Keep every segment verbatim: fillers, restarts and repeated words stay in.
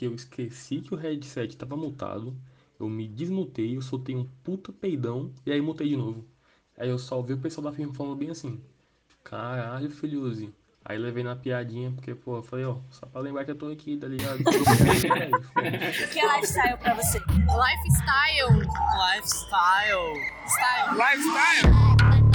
que eu esqueci que o headset tava mutado, eu me desmutei, eu soltei um puta peidão e aí mutei de novo. Aí eu só ouvi o pessoal da firma falando bem assim, caralho, filhoso. Aí levei na piadinha, porque, pô, eu falei, ó, só pra lembrar que eu tô aqui, tá ligado? Peraí, O que é lifestyle pra você? Lifestyle. Lifestyle. Style. Lifestyle.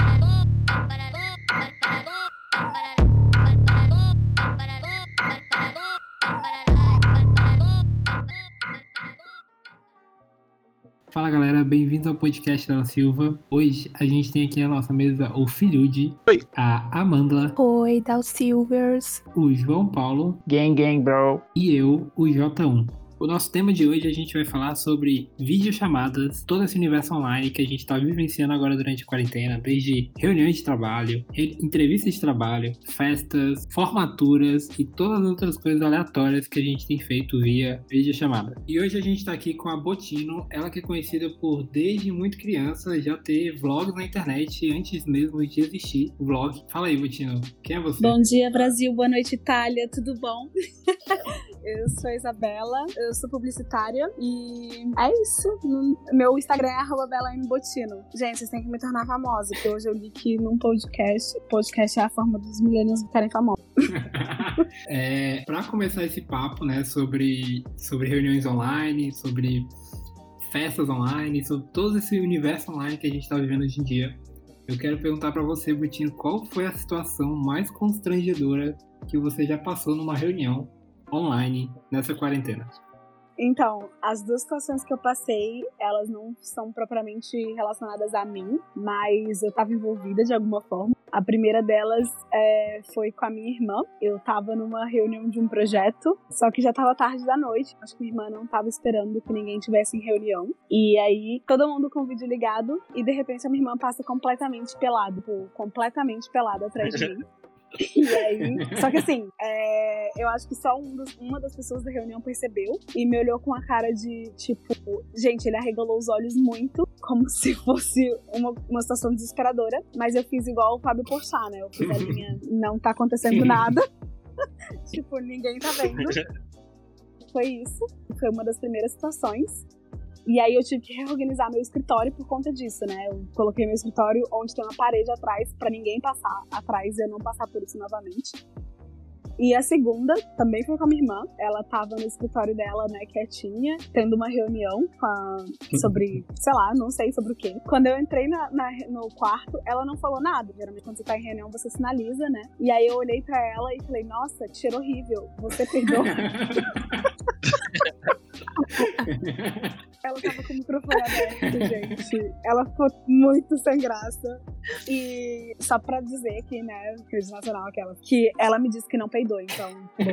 Fala galera, bem-vindos ao podcast da Silva. Hoje a gente tem aqui na nossa mesa o Filhude, a Amanda, Oi, Dal Silvers, o João Paulo, Gang, gang, bro. E eu, o J um. O nosso tema de hoje a gente vai falar sobre videochamadas, todo esse universo online que a gente está vivenciando agora durante a quarentena, desde reuniões de trabalho, re- entrevistas de trabalho, festas, formaturas e todas as outras coisas aleatórias que a gente tem feito via videochamada. E hoje a gente está aqui com a Botino, ela que é conhecida por, desde muito criança, já ter vlogs na internet antes mesmo de existir o vlog. Fala aí, Botino, quem é você? Bom dia, Brasil. Boa noite, Itália. Tudo bom? Eu sou a Isabela, eu sou publicitária e é isso. Meu Instagram é arroba belambotino. Gente, vocês têm que me tornar famosa, porque hoje eu li que num podcast, podcast é a forma dos millennials ficarem famosos. É, para começar esse papo, né, sobre, sobre reuniões online, sobre festas online, sobre todo esse universo online que a gente está vivendo hoje em dia, eu quero perguntar para você, Botino, qual foi a situação mais constrangedora que você já passou numa reunião online nessa quarentena? Então, as duas situações que eu passei, elas não são propriamente relacionadas a mim, mas eu tava envolvida de alguma forma. A primeira delas é, foi com a minha irmã. Eu tava numa reunião de um projeto, só que já tava tarde da noite. Acho que minha irmã não tava esperando que ninguém tivesse em reunião. E aí, todo mundo com o vídeo ligado, e de repente a minha irmã passa completamente pelada, tipo, completamente pelada atrás de mim. E aí, só que assim, é, eu acho que só um dos, uma das pessoas da reunião percebeu e me olhou com a cara de tipo, gente, ele arregalou os olhos muito, como se fosse uma, uma situação desesperadora, mas eu fiz igual o Fábio Porchat, né? Eu fiz a linha, não tá acontecendo nada, tipo, ninguém tá vendo. Foi isso, foi uma das primeiras situações. E aí eu tive que reorganizar meu escritório por conta disso, né? Eu coloquei meu escritório onde tem uma parede atrás pra ninguém passar atrás e eu não passar por isso novamente. E a segunda também foi com a minha irmã. Ela tava no escritório dela, né, quietinha, tendo uma reunião com a... sobre, sei lá, não sei sobre o quê. Quando eu entrei na, na, no quarto, ela não falou nada. Geralmente quando você tá em reunião, você sinaliza, né? E aí eu olhei pra ela e falei, nossa, cheiro horrível, você perdoa? Ela tava com o microfone aberto, gente. Ela ficou muito sem graça. E só pra dizer que, né, Crise Nacional, aquela, que ela me disse que não peidou, então.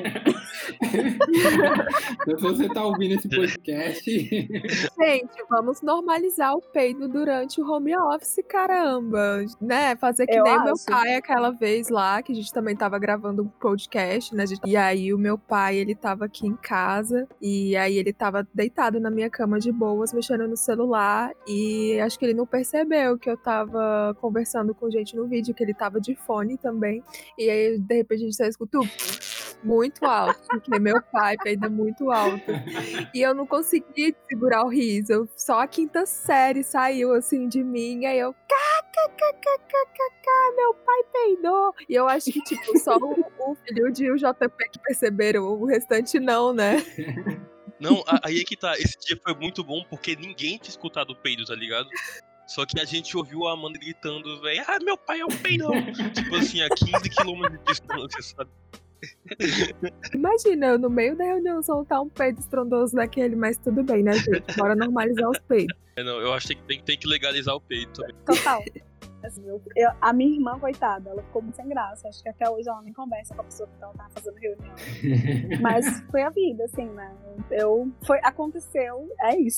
Se você tá ouvindo esse podcast. gente, vamos normalizar o peido durante o home office, caramba, né? Fazer que Eu nem o meu acho. pai aquela vez lá, que a gente também tava gravando um podcast, né? E aí o meu pai, ele tava aqui em casa, e aí ele tava deitado na minha cama de boas, mexendo no celular, e acho que ele não percebeu que eu tava conversando com gente no vídeo, que ele tava de fone também, e aí de repente a gente só escutou muito alto, porque meu pai peida muito alto, e eu não consegui segurar o riso, só a quinta série saiu assim de mim, e aí eu kkkkkk, meu pai peidou, e eu acho que tipo, só o, o filho de o J P que perceberam, o restante não, né? Não, aí é que tá, esse dia foi muito bom porque ninguém tinha escutado o peido, tá ligado? Só que a gente ouviu a Amanda gritando, velho, ah, meu pai é um peidão. Tipo assim, a quinze quilômetros de distância, sabe? Imagina, eu no meio da reunião soltar um peido estrondoso daquele, mas tudo bem, né, gente? Bora normalizar os peidos. É, não, eu acho que tem, tem que legalizar o peido também. Total. Assim, eu, eu, a minha irmã, coitada, ela ficou muito sem graça. Acho que até hoje ela nem conversa com a pessoa que ela tava fazendo reunião. Mas foi a vida, assim, né? Eu, foi, aconteceu, é isso.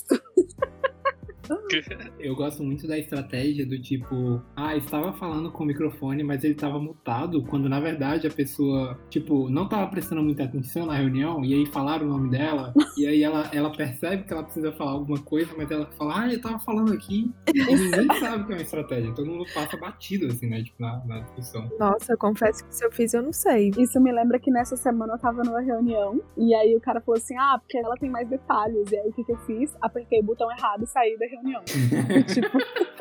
Eu gosto muito da estratégia do tipo, ah, estava falando com o microfone, mas ele estava mutado, quando na verdade a pessoa, tipo, não estava prestando muita atenção na reunião, e aí falaram o nome dela, E aí ela, ela percebe que ela precisa falar alguma coisa, mas ela fala, ah, eu tava falando aqui. E ninguém sabe que é uma estratégia. Todo mundo passa batido, assim, né? Tipo, na, na discussão. Nossa, eu confesso que se eu fiz, eu não sei. Isso me lembra que nessa semana eu tava numa reunião e aí o cara falou assim, ah, porque ela tem mais detalhes. E aí o que que eu fiz? Apertei o botão errado e saí da reunião. E, tipo...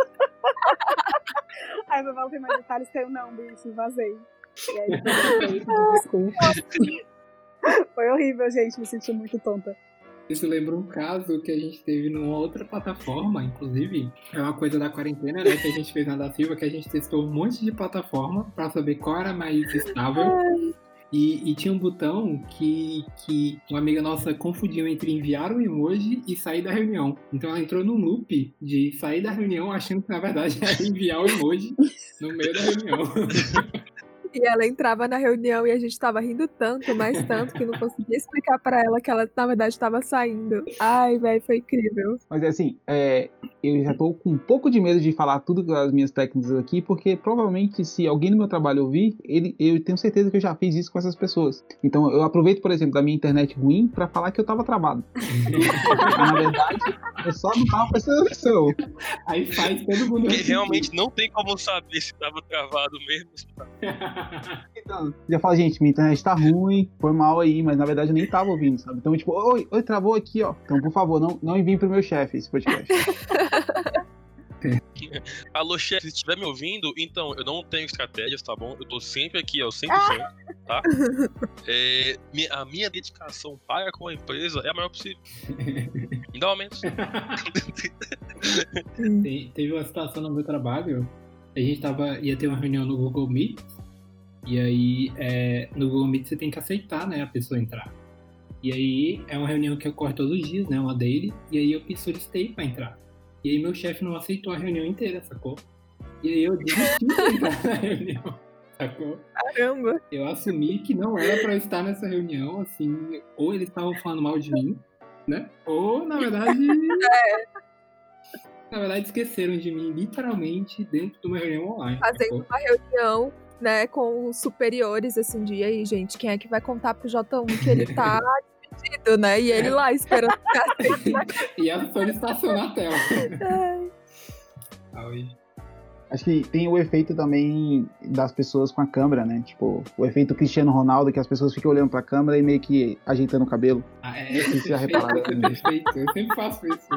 aí eu falo, tem mais detalhes, que eu não, bicho, vazei. E aí depois eu falei, desculpa. Foi horrível, gente, me senti muito tonta. Isso lembra um caso que a gente teve numa outra plataforma, inclusive. É uma coisa da quarentena, né? Que a gente fez na da Silva, que a gente testou um monte de plataforma pra saber qual era mais estável. E, e tinha um botão que, que uma amiga nossa confundiu entre enviar um emoji e sair da reunião. Então ela entrou num loop de sair da reunião achando que na verdade era enviar o emoji no meio da reunião. E ela entrava na reunião e a gente tava rindo tanto, mais tanto, que não conseguia explicar pra ela que ela, na verdade, tava saindo. Ai, velho, foi incrível. Mas assim, é, eu já tô com um pouco de medo de falar tudo das minhas técnicas aqui, porque provavelmente se alguém no meu trabalho ouvir, ele, eu tenho certeza que eu já fiz isso com essas pessoas. Então eu aproveito, por exemplo, da minha internet ruim pra falar que eu tava travado. Mas, na verdade, eu só não tava prestando atenção. Aí faz todo mundo... Porque realmente não tem como saber se tava travado mesmo. Então, já fala, gente, minha internet tá ruim, foi mal aí, mas na verdade eu nem tava ouvindo, sabe? Então, tipo, oi, oi, travou aqui, ó. Então, por favor, não, não enviem pro meu chefe esse podcast. Alô, chefe, se estiver me ouvindo, então, eu não tenho estratégias, tá bom? Eu tô sempre aqui, ó, cem por cento, tá? É, a minha dedicação para com a empresa é a maior possível. Me dá um aumento. Te- Teve uma situação no meu trabalho, a gente tava, ia ter uma reunião no Google Meet, e aí é, no Google Meet você tem que aceitar, né, a pessoa entrar. E aí é uma reunião que ocorre todos os dias, né, uma daily, e aí eu solicitei pra entrar. E aí meu chefe não aceitou a reunião inteira, sacou? E aí eu desisti de entrar na reunião, sacou? Caramba. Eu assumi que não era pra eu estar nessa reunião, assim, ou eles estavam falando mal de mim, né? Ou, na verdade... Na verdade, esqueceram de mim, literalmente, dentro de uma reunião online. Fazendo sacou? uma reunião, né, com os superiores, assim, de, e aí, gente, quem é que vai contar pro J um que ele tá despedido, né? E ele lá esperando ficar E a solicitação na tela. Ai. Ai. Acho que tem o efeito também das pessoas com a câmera, né? Tipo, o efeito Cristiano Ronaldo, que as pessoas ficam olhando pra câmera e meio que ajeitando o cabelo. Ah, é, Vocês já repararam perfeito, nisso? perfeito. Eu sempre faço isso.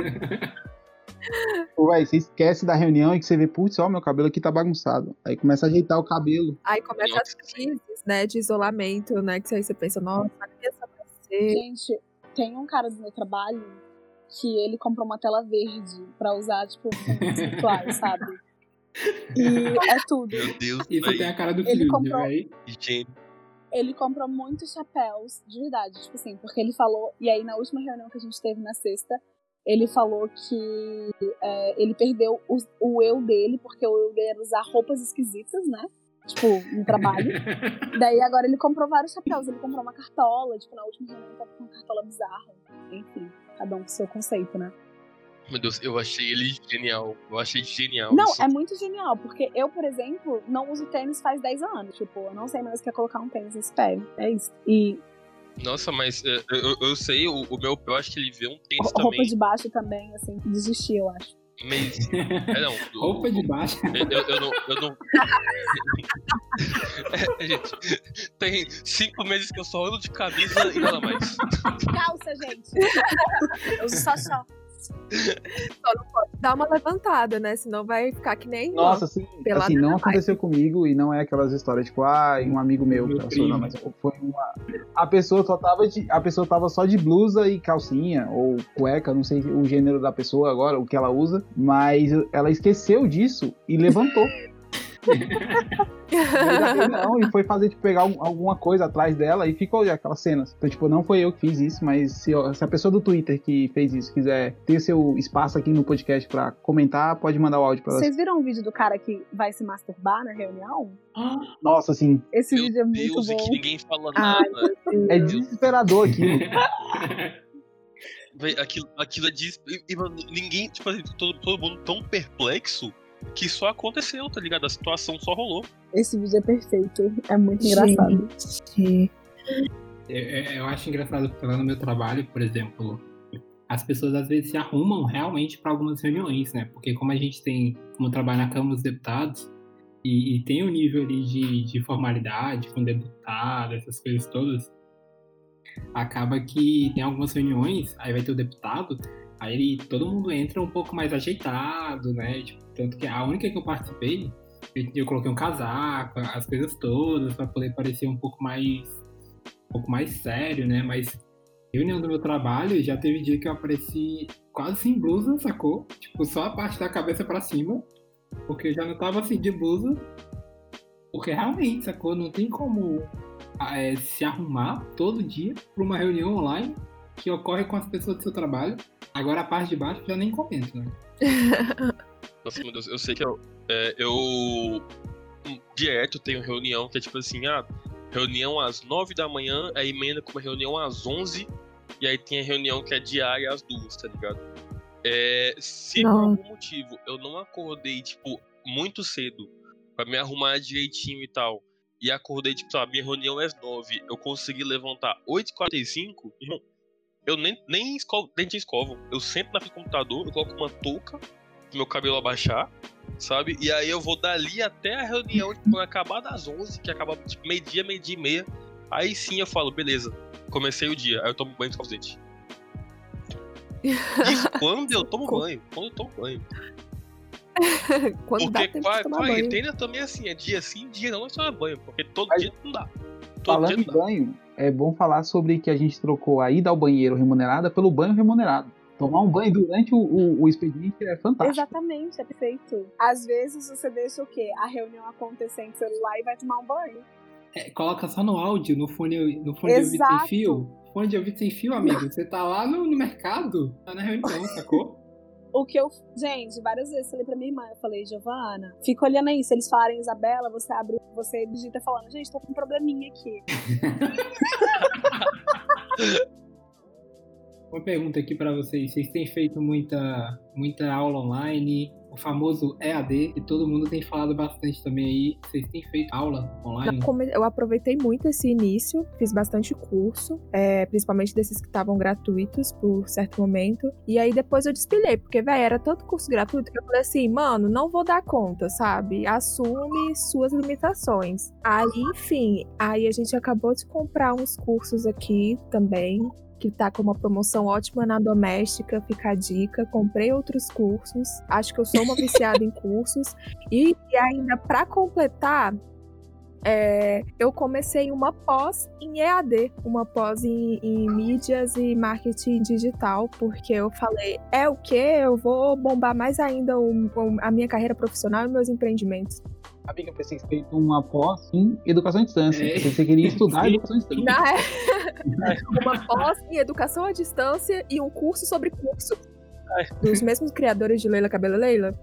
Ou vai, você esquece da reunião e que você vê, putz, ó, meu cabelo aqui tá bagunçado. Aí começa a ajeitar o cabelo. Aí começa Nossa. as crises, né, de isolamento, né, que aí você pensa, nossa, a criança vai ser... Gente, tem um cara do meu trabalho que ele comprou uma tela verde pra usar, tipo, fins virtuais, sabe? E é tudo. Meu Deus, Isso tem velho. a cara do Ele Felipe, comprou- velho. Gente, Ele comprou muitos chapéus, de verdade, tipo assim, porque ele falou, e aí na última reunião que a gente teve na sexta, ele falou que é, ele perdeu o, o eu dele, porque o eu dele era usar roupas esquisitas, né? Tipo, no trabalho. Daí agora ele comprou vários chapéus, ele comprou uma cartola, tipo, na última reunião ele tava com uma cartola bizarra. Enfim, cada um com seu conceito, né? meu Deus, eu achei ele genial. Eu achei genial. Não, isso. é muito genial, porque eu, por exemplo, não uso tênis faz dez anos. Tipo, eu não sei mais o que é colocar um tênis nesse pé. É isso. E Nossa, mas é, eu, eu sei, o, o meu eu acho que ele vê um tênis ro- roupa também. de baixo também, assim, desisti, eu acho. Mas, é, não, o- Roupa de baixo. Eu, eu, eu não. Eu não... É, gente, tem cinco meses que eu só ando de camisa e nada mais. Calça, gente! Eu uso só só. Só não pode dar uma levantada, né? Senão vai ficar que nem Nossa, assim, Pelada assim, não na aconteceu comigo e não é aquelas histórias tipo, ah, um amigo meu, Meu que primo. não, mas foi uma. A pessoa só tava de, a pessoa tava só de blusa e calcinha ou cueca, não sei o gênero da pessoa agora, o que ela usa, mas ela esqueceu disso e levantou. Não, e foi fazer, tipo, pegar algum- alguma coisa atrás dela e ficou já aquelas cenas. Então, tipo, não foi eu que fiz isso, mas se, se a pessoa do Twitter que fez isso quiser ter seu espaço aqui no podcast pra comentar, pode mandar o áudio pra ela. Vocês viram o vídeo do cara que vai se masturbar na reunião? Nossa, assim, Esse Meu vídeo é muito Deus, e bom. que ninguém fala Ai, nada. é desesperador aquilo. Véi, aquilo, aquilo é des... e, e, mano, ninguém, tipo assim, todo, todo mundo tão perplexo que só aconteceu, tá ligado? A situação só rolou. Esse vídeo é perfeito. É muito engraçado. Gente. Eu, eu acho engraçado porque lá no meu trabalho, por exemplo, as pessoas às vezes se arrumam realmente para algumas reuniões, né? Porque como a gente tem, como eu trabalho na Câmara dos Deputados, e, e tem um nível ali de, de formalidade com deputado, essas coisas todas, acaba que tem algumas reuniões, aí vai ter o deputado, aí ele, todo mundo entra um pouco mais ajeitado, né? Tipo, tanto que a única que eu participei, eu, eu coloquei um casaco, as coisas todas, para poder parecer um pouco mais, um pouco mais sério, né? Mas reunião do meu trabalho, já teve dia que eu apareci quase sem blusa, sacou? Tipo, só a parte da cabeça pra cima, porque eu já não tava assim de blusa, porque realmente, sacou? Não tem como é, se arrumar todo dia pra uma reunião online que ocorre com as pessoas do seu trabalho. Agora a parte de baixo já nem comento, né? Nossa, meu Deus, eu sei que eu, é, eu direto tenho reunião que é tipo assim, ah, reunião às nove da manhã, aí emenda com uma reunião às onze, e aí tem a reunião que é diária às duas, tá ligado? É, se Não. por algum motivo eu não acordei, tipo, muito cedo pra me arrumar direitinho e tal, e acordei, tipo, a minha reunião é às nove, eu consegui levantar oito e quarenta e cinco, irmão, eu nem, nem escovo, dente escovo, eu sento na frente do computador, eu coloco uma touca pro meu cabelo abaixar, sabe? E aí eu vou dali até a reunião, tipo, quando acabar das onze, que acaba tipo, meio-dia, meio-dia e meia. Aí sim eu falo, beleza, comecei o dia. Aí eu tomo banho e escovo os dentes. Isso quando eu tomo banho. Quando eu tomo banho. Quando dá Porque tempo qua- de tomar banho. quarentena também é assim, é dia sim, dia não, nós tomamos banho. Porque todo Mas- dia não dá. Todo Falando dia em não dá. banho, é bom falar sobre que a gente trocou a ida ao banheiro remunerada pelo banho remunerado. Tomar um banho durante o, o, o expediente é fantástico. Exatamente, é perfeito. Às vezes você deixa o quê? A reunião acontecer em celular e vai tomar um banho. É, coloca só no áudio, no fone, no fone de ouvido sem Exato. fio. Fone de ouvido sem fio, amigo. Você tá lá no, no mercado, tá na reunião, sacou? O que eu. Gente, várias vezes eu falei pra minha irmã, eu falei, Giovana, fica olhando aí. Se eles falarem Isabela, você abre, você digita falando, gente, tô com um probleminha aqui. Uma pergunta aqui pra vocês. Vocês têm feito muita, muita aula online? O famoso E A D, que todo mundo tem falado bastante também aí. Vocês têm feito aula online? Eu come- Eu aproveitei muito esse início, fiz bastante curso, é, principalmente desses que estavam gratuitos por certo momento. E aí depois eu despilhei, porque, velho, era tanto curso gratuito que eu falei assim, mano, não vou dar conta, sabe? Assume suas limitações. Aí, enfim, aí a gente acabou de comprar uns cursos aqui também, que tá com uma promoção ótima na Doméstica, fica a dica. Comprei outros cursos, acho que eu sou uma viciada em cursos. E, e ainda pra completar, é, eu comecei uma pós em E A D, uma pós em, em mídias e marketing digital, porque eu falei, é o quê? Eu vou bombar mais ainda o- o- a minha carreira profissional e meus empreendimentos. Amiga, eu pensei que você fez uma pós em educação à distância. É. Eu pensei que você queria estudar Sim. educação à distância. Na uma pós em educação à distância e um curso sobre curso. Dos mesmos criadores de Leila Cabelo Leila.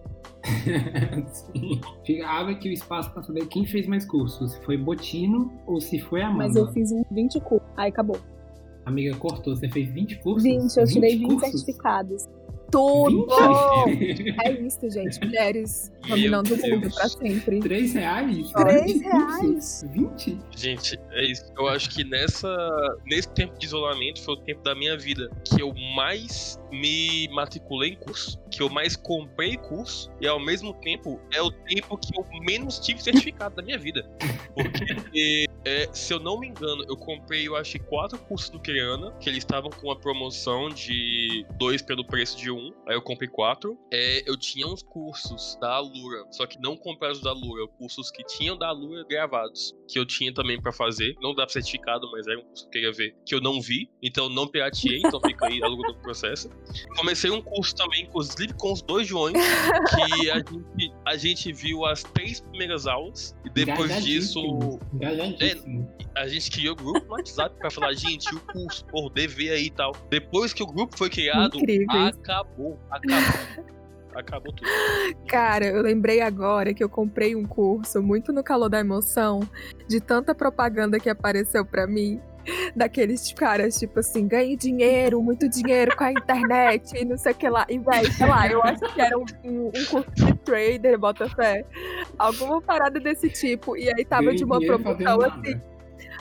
Sim. Fica, abre aqui o espaço pra saber quem fez mais cursos. Se foi Botino ou se foi a Mas Amanda. eu fiz um vinte cursos. Aí acabou. Amiga, cortou. Você fez vinte cursos? vinte, eu tirei vinte cursos? certificados. Tudo! vinte? É isso, gente. Mulheres Meu dominando o mundo Deus. pra sempre. Três reais? Três vinte reais. cursos? vinte? Gente, é isso. Eu acho que nessa, nesse tempo de isolamento foi o tempo da minha vida que eu mais me matriculei em curso, que eu mais comprei curso, e ao mesmo tempo é o tempo que eu menos tive certificado da minha vida. Porque, é, se eu não me engano, eu comprei, eu acho que quatro cursos do Criana, que eles estavam com uma promoção de dois pelo preço de um, aí eu comprei quatro. É, eu tinha uns cursos da Alura, só que não comprei os da Alura, cursos que tinham da Alura gravados, que eu tinha também pra fazer, não dá certificado, mas era um curso que eu queria ver, que eu não vi, então não pirateei, então fica aí ao longo do processo. Comecei um curso também, inclusive com os dois Joões, que a gente, a gente viu as três primeiras aulas, e depois disso Engajadíssimo. a gente criou o grupo no WhatsApp pra falar, gente, o curso, por dever aí e tal. Depois que o grupo foi criado, Incríveis. acabou, acabou. Acabou tudo. Cara, eu lembrei agora que eu comprei um curso muito no calor da emoção, de tanta propaganda que apareceu pra mim, daqueles caras, tipo assim, ganhe dinheiro, muito dinheiro com a internet e não sei o que lá. E, velho, sei lá, eu acho que era um, um, um curso de trader, bota fé. Alguma parada desse tipo. E aí tava Ganhe de uma dinheiro promoção fazendo assim. nada.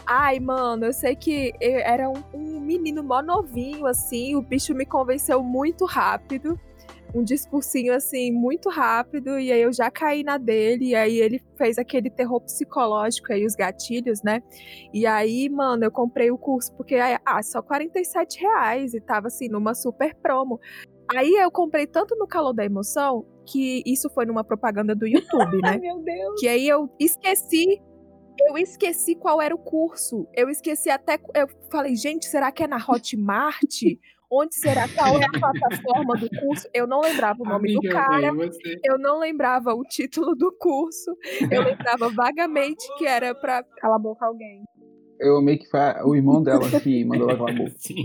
Ai, mano, eu sei que eu era um, um menino mó novinho, assim, o bicho me convenceu muito rápido. Um discursinho, assim, muito rápido, e aí eu já caí na dele, e aí ele fez aquele terror psicológico aí, os gatilhos, né? E aí, mano, eu comprei o curso porque, ah, só quarenta e sete reais, e tava, assim, numa super promo. Aí eu comprei tanto no calor da emoção, que isso foi numa propaganda do YouTube, Ai, né? meu Deus. Que aí eu esqueci, eu esqueci qual era o curso. Eu esqueci até, eu falei, gente, será que é na Hotmart? Onde será? Qual é a plataforma do curso? Eu não lembrava o nome do Amiga, cara, velho, você. eu não lembrava o título do curso, eu lembrava vagamente que era pra... Cala a boca alguém. Eu amei que foi o irmão dela que mandou ela calar a boca. Sim.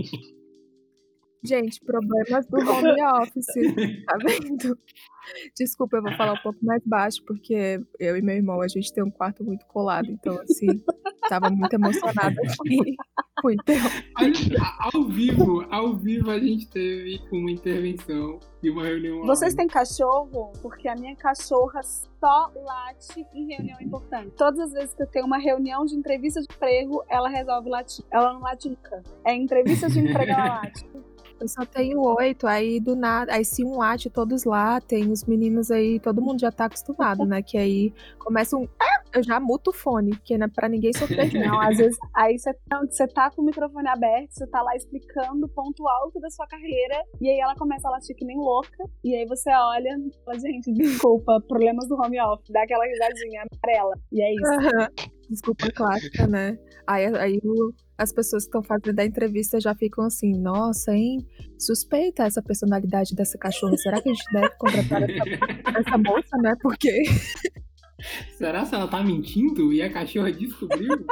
Gente, problemas do home office, tá vendo? Desculpa, eu vou falar um pouco mais baixo, porque eu e meu irmão, a gente tem um quarto muito colado, então, assim, tava muito emocionada aqui. Fui interrompida. Olha, ao vivo, ao vivo a gente teve uma intervenção de uma reunião. Vocês online. têm cachorro? Porque a minha cachorra só late em reunião importante. Todas as vezes que eu tenho uma reunião de entrevista de emprego, ela resolve latir. Ela não late nunca. É entrevista de emprego, ela late. Eu só tenho oito, aí do nada, aí se um late, todos lá, tem os meninos aí, todo mundo já tá acostumado, né? Que aí começa um. Eu já muto o fone, que não é pra ninguém sofrer. Não, às vezes, aí você, não, você tá com o microfone aberto, você tá lá explicando o ponto alto da sua carreira, e aí ela começa a latir que nem louca, e aí você olha e fala, gente, desculpa, problemas do home office, dá aquela risadinha amarela, e é isso. Desculpa clássica, né? Aí, aí o- as pessoas que estão fazendo a entrevista já ficam assim, nossa, hein? Suspeita essa personalidade dessa cachorra. Será que a gente deve contratar essa, essa moça, né? Porque Será que ela tá mentindo e a cachorra descobriu?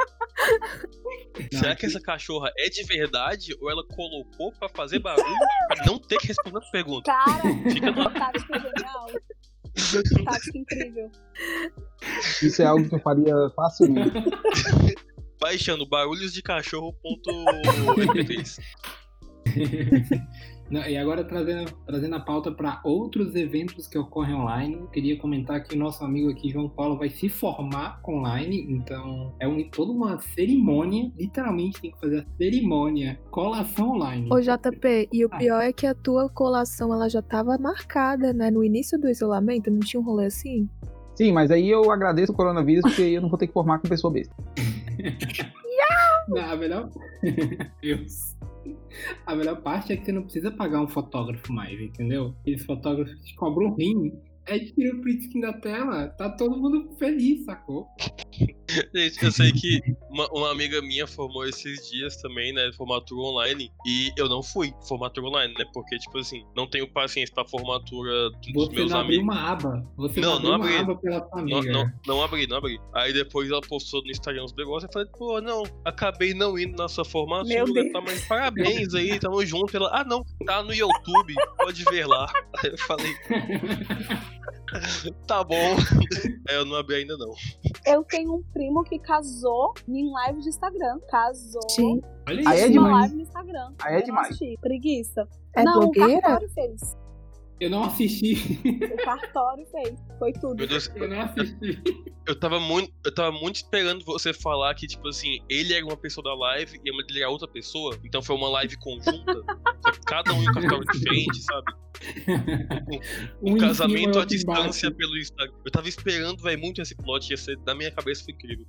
Será que essa cachorra é de verdade ou ela colocou pra fazer barulho pra não ter que responder a pergunta? Cara, Fica no- tática genial. Tática incrível. Isso é algo que eu faria facilmente. Baixando barulhos de cachorro.mp três. Não, e agora trazendo, trazendo a pauta para outros eventos que ocorrem online, eu queria comentar que o nosso amigo aqui, João Paulo, vai se formar online, então é um, toda uma cerimônia, literalmente tem que fazer a cerimônia, colação online. Ô J P, e o Ah. pior é que a tua colação ela já tava marcada, né? No início do isolamento, não tinha um rolê assim? Sim, mas aí eu agradeço o coronavírus porque eu não vou ter que formar com pessoa besta. Não, a melhor... Deus. A melhor parte é que você não precisa pagar um fotógrafo mais, entendeu? Aqueles fotógrafos que te cobram um rim. É tira o print skin da tela, tá todo mundo feliz, sacou? Gente, eu sei que uma, uma amiga minha formou esses dias também, né? Formatura online. E eu não fui formatura online, né? Porque, tipo assim, não tenho paciência pra formatura dos Você meus não abriu amigos. uma aba. Você Não, não abriu não uma abri. aba pela sua Não, amiga. não, não abri, não abri. Aí depois ela postou no Instagram os negócios. Eu falei, pô, não, acabei não indo na sua formatura, Meu Deus. tá? Mas parabéns aí, tamo junto. Ela, ah, não, tá no YouTube, pode ver lá. Aí eu falei, tá bom. Aí eu não abri ainda não. Eu tenho um primo que casou em live de Instagram. Casou Sim. Olha isso. Aí é em uma demais. live no Instagram. Aí é Eu demais. não assisti. Preguiça. É não, blogueira? o cartório fez. Eu não assisti. O cartório fez. Foi tudo. Meu Deus, Eu não assisti. eu tava muito, eu tava muito esperando você falar que, tipo assim, ele era uma pessoa da live e a mulher dele era outra pessoa. Então foi uma live conjunta. Só que cada um em um cartório diferente, sabe? Um, Um em casamento cima, à outro distância embaixo. pelo Instagram. Eu tava esperando, velho, muito esse plot. Ia ser, na minha cabeça foi incrível.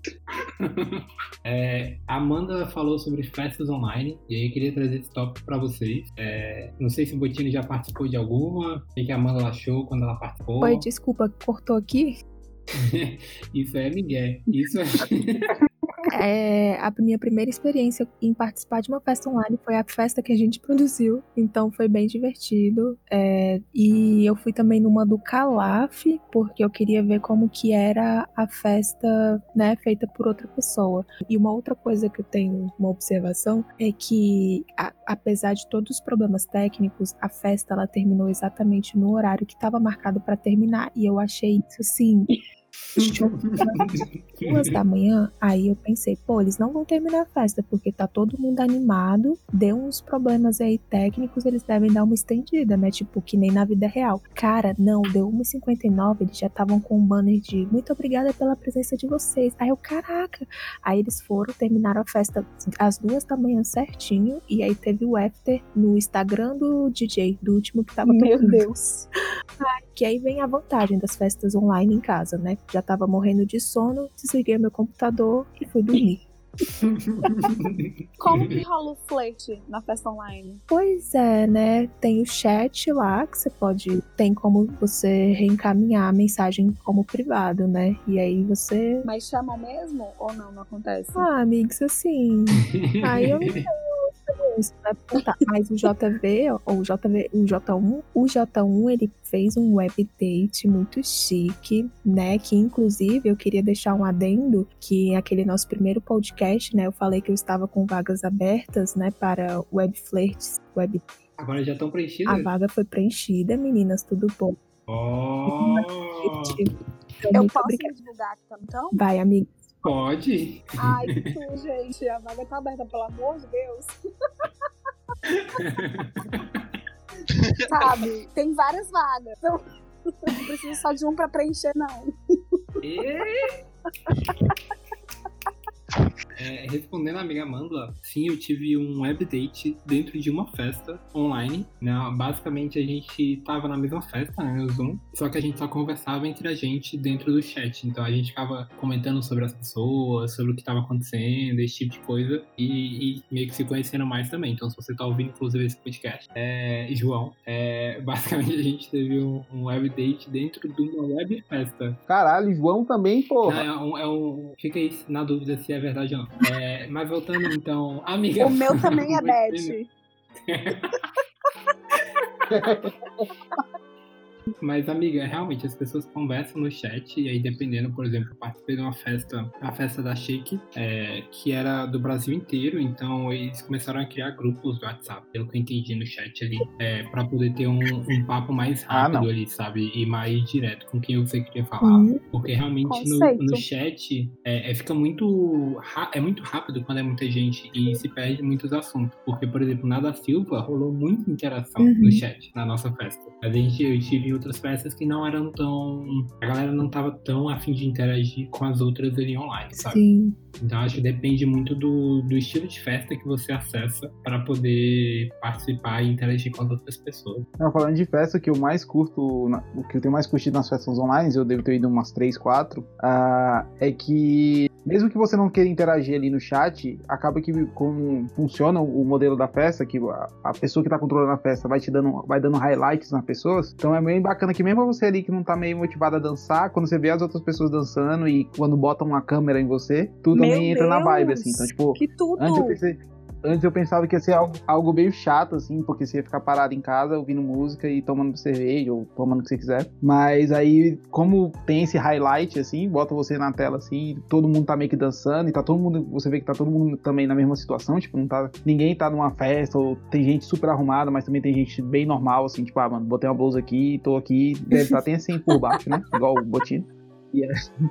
É, a Amanda falou sobre festas online, e aí eu queria trazer esse tópico pra vocês. É, não sei se o Botini já participou de alguma, o que a Amanda achou quando ela participou. Oi, desculpa, cortou aqui? Isso é Miguel. Isso é. É, a minha primeira experiência em participar de uma festa online foi a festa que a gente produziu, então foi bem divertido. É, e eu fui também numa do Calaf, porque eu queria ver como que era a festa, né, feita por outra pessoa. E uma outra coisa que eu tenho uma observação é que, a- apesar de todos os problemas técnicos, a festa ela terminou exatamente no horário que estava marcado para terminar. E eu achei isso, assim, Duas da manhã, aí eu pensei, pô, eles não vão terminar a festa, porque tá todo mundo animado, deu uns problemas aí técnicos, eles devem dar uma estendida, né, tipo, que nem na vida real. Cara, não, deu uma e cinquenta e nove, eles já estavam com um banner de muito obrigada pela presença de vocês. Aí eu, caraca, aí eles foram, terminaram a festa às duas da manhã certinho, e aí teve o after no Instagram do D J, do último que tava Meu tocando. Deus. Que aí vem a vantagem das festas online em casa, né? Já tava morrendo de sono, desliguei meu computador e fui dormir. Como que rola o flerte na festa online? Pois é, né? Tem o chat lá que você pode. Tem como você reencaminhar a mensagem como privado, né? E aí você. Mas chamam mesmo ou não? Não acontece? Ah, amigos, assim. Aí eu não tenho isso, né? Tá, mas o J V, ou o J V, o J um, o J um ele fez um web date muito chique, né? Que inclusive eu queria deixar um adendo que aquele nosso primeiro podcast, né? Eu falei que eu estava com vagas abertas, né? Para web flirts, web. Agora já estão preenchidas? A vaga foi preenchida, meninas, tudo bom. Oh, Então, Eu muito posso obrigada. me divulgar aqui, então? Vai, amiga. pode? Ai, que tudo, gente. A vaga tá aberta, pelo amor de Deus. Sabe? Tem várias vagas. Então, não precisa só de um pra preencher, não. E... É, respondendo a amiga Amanda, sim, eu tive um web date dentro de uma festa online, né? Basicamente a gente tava na mesma festa, né, no Zoom, só que a gente só conversava entre a gente dentro do chat, então a gente ficava comentando sobre as pessoas, sobre o que estava acontecendo, esse tipo de coisa, e, e meio que se conhecendo mais também. Então se você tá ouvindo inclusive esse podcast, é, João, é, basicamente a gente teve um, um web date dentro de uma web festa. Caralho, João também, porra. Não, é um, é um, fica aí na dúvida se é verdade ou não. É, mas voltando então, amiga. O meu também é Beth. Mas, amiga, realmente as pessoas conversam no chat e aí dependendo, por exemplo, eu participei de uma festa, a festa da Shake, é, que era do Brasil inteiro, então eles começaram a criar grupos do WhatsApp, pelo que eu entendi no chat ali, é, pra poder ter um, um papo mais rápido Ah, ali, sabe? E mais direto com quem você queria falar. Hum. Porque realmente no, Conceito. no chat é, é, fica muito, ra- é muito rápido quando é muita gente e se perde muitos assuntos. Porque, por exemplo, na da Silva rolou muita interação Uhum. no chat, na nossa festa. Mas a gente, eu tive outras festas que não eram tão... A galera não tava tão a fim de interagir com as outras ali online, sabe? Sim. Então acho que depende muito do, do estilo de festa que você acessa para poder participar e interagir com as outras pessoas. Não, falando de festa, o que eu mais curto, na- o que eu tenho mais curtido nas festas online, eu devo ter ido umas três, quatro, ah, é que mesmo que você não queira interagir ali no chat, acaba que como funciona o modelo da festa, que a, a pessoa que tá controlando a festa vai te dando, vai dando highlights nas pessoas, então é bem bacana que mesmo você ali que não tá meio motivado a dançar, quando você vê as outras pessoas dançando e quando botam uma câmera em você, tu Meu também entra na vibe, Deus, assim, então tipo, que tudo. antes eu pensei... Antes eu pensava que ia ser algo, algo meio chato, assim, porque você ia ficar parado em casa ouvindo música e tomando cerveja ou tomando o que você quiser. Mas aí, como tem esse highlight, assim, bota você na tela, assim, todo mundo tá meio que dançando e tá todo mundo, você vê que tá todo mundo também na mesma situação, tipo, não tá, ninguém tá numa festa ou tem gente super arrumada, mas também tem gente bem normal, assim, tipo, ah, mano, botei uma blusa aqui, tô aqui, deve estar até assim por baixo, né, igual o Botinho. E é...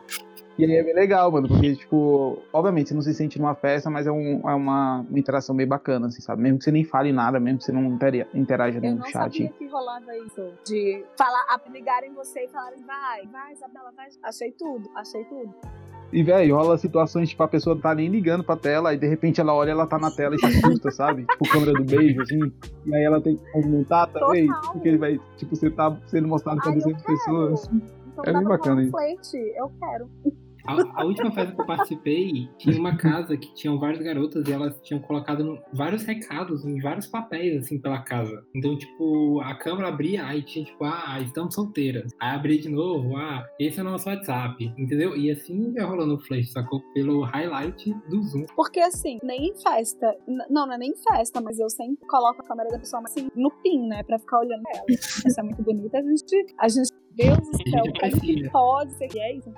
E aí é bem legal, mano, porque, tipo, obviamente você não se sente numa festa, mas é, um, é uma, uma interação bem bacana, assim, sabe? Mesmo que você nem fale nada, mesmo que você não intera- interaja Eu no não chat. sabia que rolava isso. De falar, a- ligarem você e falarem, vai, vai, Isabela, vai. Achei tudo, achei tudo. E, velho, rola situações, tipo, a pessoa tá nem ligando pra tela, e de repente ela olha, ela tá na tela e se assusta, sabe? Tipo, câmera do beijo, assim. E aí ela tem que movimentar também, Total. porque ele vai, tipo, você tá sendo mostrado pra Ai, eu duzentas pessoas. Então É bem dá pra bacana rolar um isso. flerte, eu quero. A, a última festa que eu participei, tinha uma casa que tinham várias garotas e elas tinham colocado no- vários recados em vários papéis, assim, pela casa. Então, tipo, a câmera abria, aí tinha, tipo, ah, estamos solteiras. Aí abria de novo, ah, esse é o nosso WhatsApp, entendeu? E assim ia rolando o flash, sacou? Pelo highlight do Zoom. Porque assim, nem em festa, n- não, não é nem em festa, mas eu sempre coloco a câmera da pessoa assim, no pin, né, pra ficar olhando ela. Essa é muito bonita, a gente, a gente, Deus do céu, gente como que precisa. pode ser que é isso?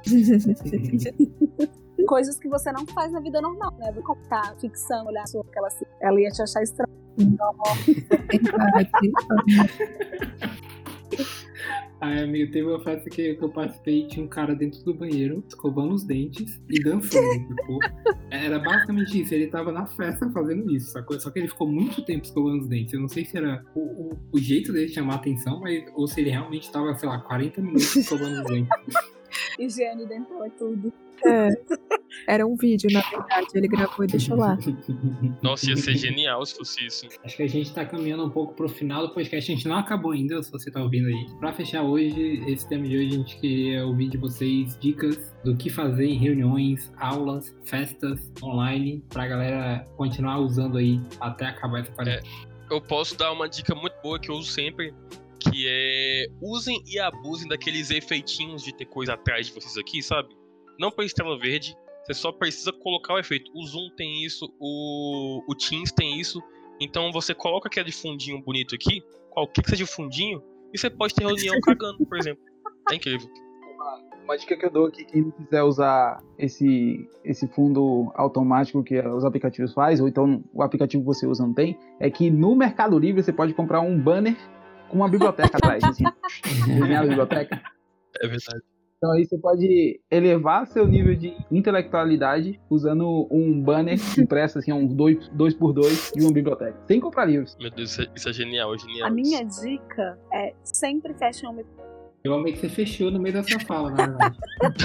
Coisas que você não faz na vida normal, né? Vou contar, ficção, olhar sua, que ela, se- ela ia te achar estranho. Verdade. Aí, amiga, teve uma festa que, que eu participei e tinha um cara dentro do banheiro, escovando os dentes e dançando. Tipo, era basicamente isso. Ele tava na festa fazendo isso, sacou? Só que ele ficou muito tempo escovando os dentes. Eu não sei se era o, o, o jeito dele chamar a atenção, mas, ou se ele realmente tava, sei lá, quarenta minutos escovando os dentes. Higiene dental é tudo. É, era um vídeo, na verdade. Ele gravou e deixou lá. Nossa, ia ser genial se fosse isso. Acho que a gente tá caminhando um pouco pro final do podcast. A gente não acabou ainda, se você tá ouvindo aí. Pra fechar hoje, esse tema de hoje, a gente queria ouvir de vocês dicas do que fazer em reuniões, aulas, festas online, pra galera continuar usando aí até acabar essa quarentena. É, eu posso dar uma dica muito boa que eu uso sempre, que é usem e abusem daqueles efeitinhos de ter coisa atrás de vocês aqui, sabe? Não precisa tela verde, você só precisa colocar o efeito. O Zoom tem isso, o, o Teams tem isso. Então você coloca aquele fundinho bonito aqui, qualquer que seja o fundinho, e você pode ter reunião cagando, por exemplo. É incrível. Uma, uma dica que eu dou aqui, quem não quiser usar esse, esse fundo automático que os aplicativos fazem, ou então o aplicativo que você usa não tem, é que no Mercado Livre você pode comprar um banner com uma biblioteca atrás, assim, desenhar a biblioteca. É verdade. Então aí você pode elevar seu nível de intelectualidade usando um banner impresso, assim, um dois por dois de uma biblioteca, sem comprar livros. Meu Deus, isso é, isso é genial, é genial. A minha isso. dica é sempre feche um microfone. Eu amei que você fechou no meio da sua fala, na verdade.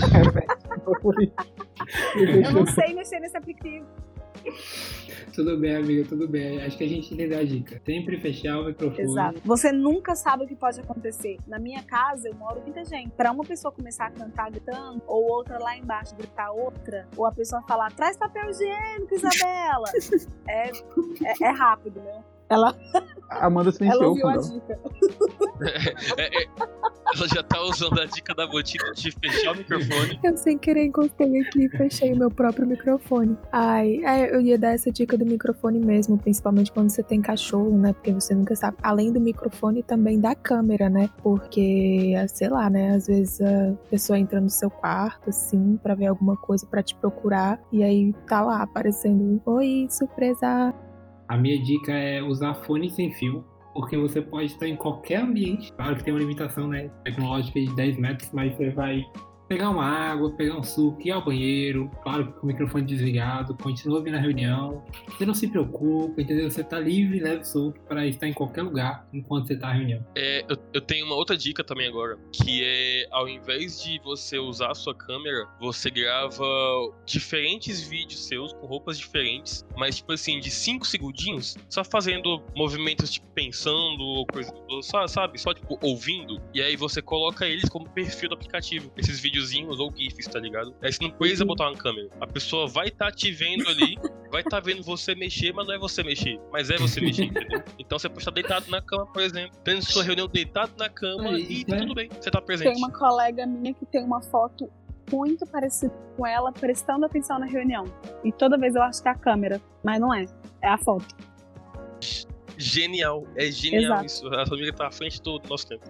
Eu não sei mexer nesse aplicativo. Tudo bem, amiga, tudo bem. Acho que a gente entendeu a dica. Sempre fechar o microfone. Exato. Você nunca sabe o que pode acontecer. Na minha casa, eu moro com muita gente. Pra uma pessoa começar a cantar gritando, ou outra lá embaixo gritar outra, ou a pessoa falar, traz papel higiênico, Isabela. é, é, é rápido, né? Ela, A Amanda silenciou ela o ouviu a fundão. dica. É, é, ela já tá usando a dica da botina de fechar o microfone. Eu sem querer encostei aqui e fechei o meu próprio microfone. Ai, é, eu ia dar essa dica do microfone mesmo, principalmente quando você tem cachorro, né? Porque você nunca sabe. Além do microfone, também da câmera, né? Porque, sei lá, né? Às vezes a pessoa entra no seu quarto, assim, pra ver alguma coisa pra te procurar. E aí tá lá aparecendo, oi, surpresa. A minha dica é usar fone sem fio, porque você pode estar em qualquer ambiente. Claro que tem uma limitação, né, tecnológica de dez metros, mas você vai pegar uma água, pegar um suco, ir ao banheiro, claro, com o microfone desligado, continua ouvindo a reunião. Você não se preocupa, entendeu? Você tá livre, leve e solto para estar em qualquer lugar enquanto você tá na reunião. É, eu, eu tenho uma outra dica também agora, que é, ao invés de você usar a sua câmera, você grava diferentes vídeos seus com roupas diferentes, mas tipo assim, de cinco segundinhos, só fazendo movimentos tipo pensando ou coisa, só, sabe? Só tipo ouvindo, e aí você coloca eles como perfil do aplicativo, esses vídeos ou GIFs, tá ligado? Aí você não precisa botar uma câmera. A pessoa vai estar tá te vendo ali, vai estar tá vendo você mexer, mas não é você mexer. Mas é você mexer, entendeu? Então você pode estar deitado na cama, por exemplo, tendo sua reunião deitado na cama Aí, e né? tudo bem, você tá presente. Tem uma colega minha que tem uma foto muito parecida com ela prestando atenção na reunião. E toda vez eu acho que é a câmera, mas não é. É a foto. Genial, é genial Exato. isso. A sua amiga tá à frente do nosso tempo.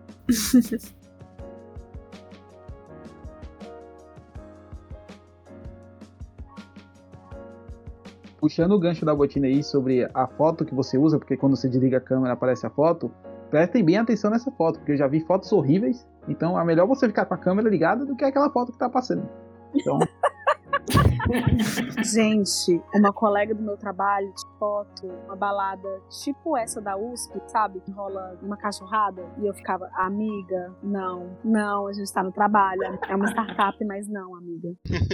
Puxando o gancho da botina aí sobre a foto que você usa, porque quando você desliga a câmera aparece a foto, prestem bem atenção nessa foto, porque eu já vi fotos horríveis, então é melhor você ficar com a câmera ligada do que aquela foto que tá passando. Então, Gente, uma colega do meu trabalho de foto, uma balada tipo essa da U S P, sabe? Que rola uma cachorrada. E eu ficava, amiga, não, não, a gente tá no trabalho. É uma startup, mas não, amiga.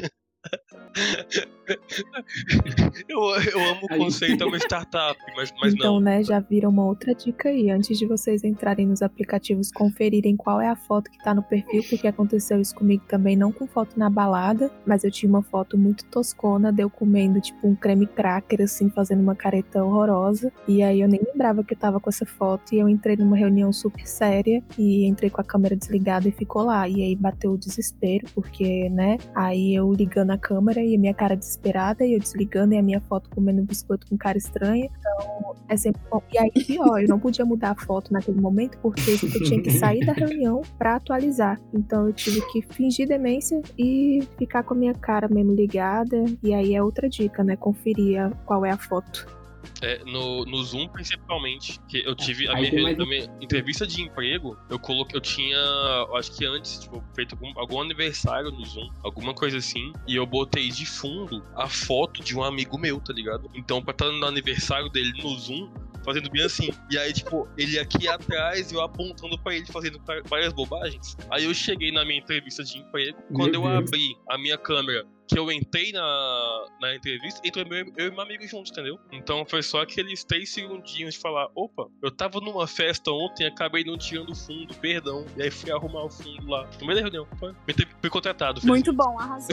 eu, eu amo o conceito, é uma startup, mas, mas Então, não. né, já viram uma outra dica aí. Antes de vocês entrarem nos aplicativos, conferirem qual é a foto que tá no perfil, porque aconteceu isso comigo também, não com foto na balada, mas eu tinha uma foto muito toscona, de eu comendo, tipo, um creme cracker, assim, fazendo uma careta horrorosa. E aí eu nem lembrava que eu tava com essa foto, e eu entrei numa reunião super séria, e entrei com a câmera desligada e ficou lá. E aí bateu o desespero, porque, né, aí eu ligando a câmera e a minha cara desesperada, e eu desligando e a minha foto comendo biscoito com cara estranha. Então é sempre bom. E aí pior, eu não podia mudar a foto naquele momento porque eu tinha que sair da reunião pra atualizar. Então eu tive que fingir demência e ficar com a minha cara mesmo ligada. E aí é outra dica, né? Conferir a- qual é a foto. É, no, no Zoom, principalmente, que eu tive a Aí minha, tem mais a um- minha entrevista de emprego, eu coloquei, eu tinha, eu acho que antes, tipo, feito algum, algum aniversário no Zoom, alguma coisa assim, e eu botei de fundo a foto de um amigo meu, tá ligado? Então, pra estar no aniversário dele no Zoom, fazendo bem assim. E aí, tipo, ele aqui atrás e eu apontando pra ele, fazendo várias bobagens. Aí eu cheguei na minha entrevista de emprego, quando Meu eu Deus. abri a minha câmera, que eu entrei na, na entrevista, entrou eu, eu e meu amigo juntos, entendeu? Então foi só aqueles três segundinhos de falar, opa, eu tava numa festa ontem, acabei não tirando o fundo, perdão. E aí fui arrumar o fundo lá. No meio da reunião, foi. Me teve- Fui contratado. Muito felizmente. bom, arrasou.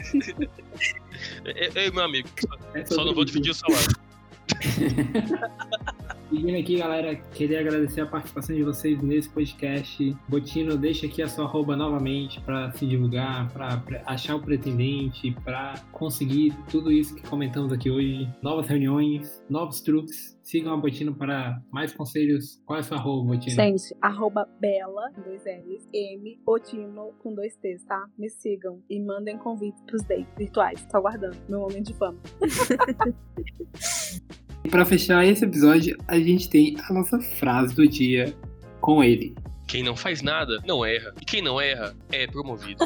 É, é, é, meu amigo, É só sobre não vou isso. dividir o salário. Seguindo aqui, galera, queria agradecer a participação de vocês nesse podcast. Botino, deixa aqui a sua arroba novamente para se divulgar, para achar o pretendente, para conseguir tudo isso que comentamos aqui hoje. Novas reuniões, novos truques. Sigam a Botino para mais conselhos. Qual é a sua arroba, Botino? Gente, arroba Bela, dois L's, M, Otino, com dois T's, tá? Me sigam e mandem convites pros dates virtuais. Tô aguardando meu momento de fama. E para fechar esse episódio, a gente tem a nossa frase do dia com ele. Quem não faz nada, não erra. E quem não erra, é promovido.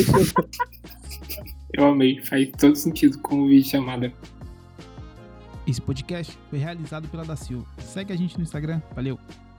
Eu amei, faz todo sentido com o vídeo chamada. Esse podcast foi realizado pela Da Silva. Segue a gente no Instagram. Valeu!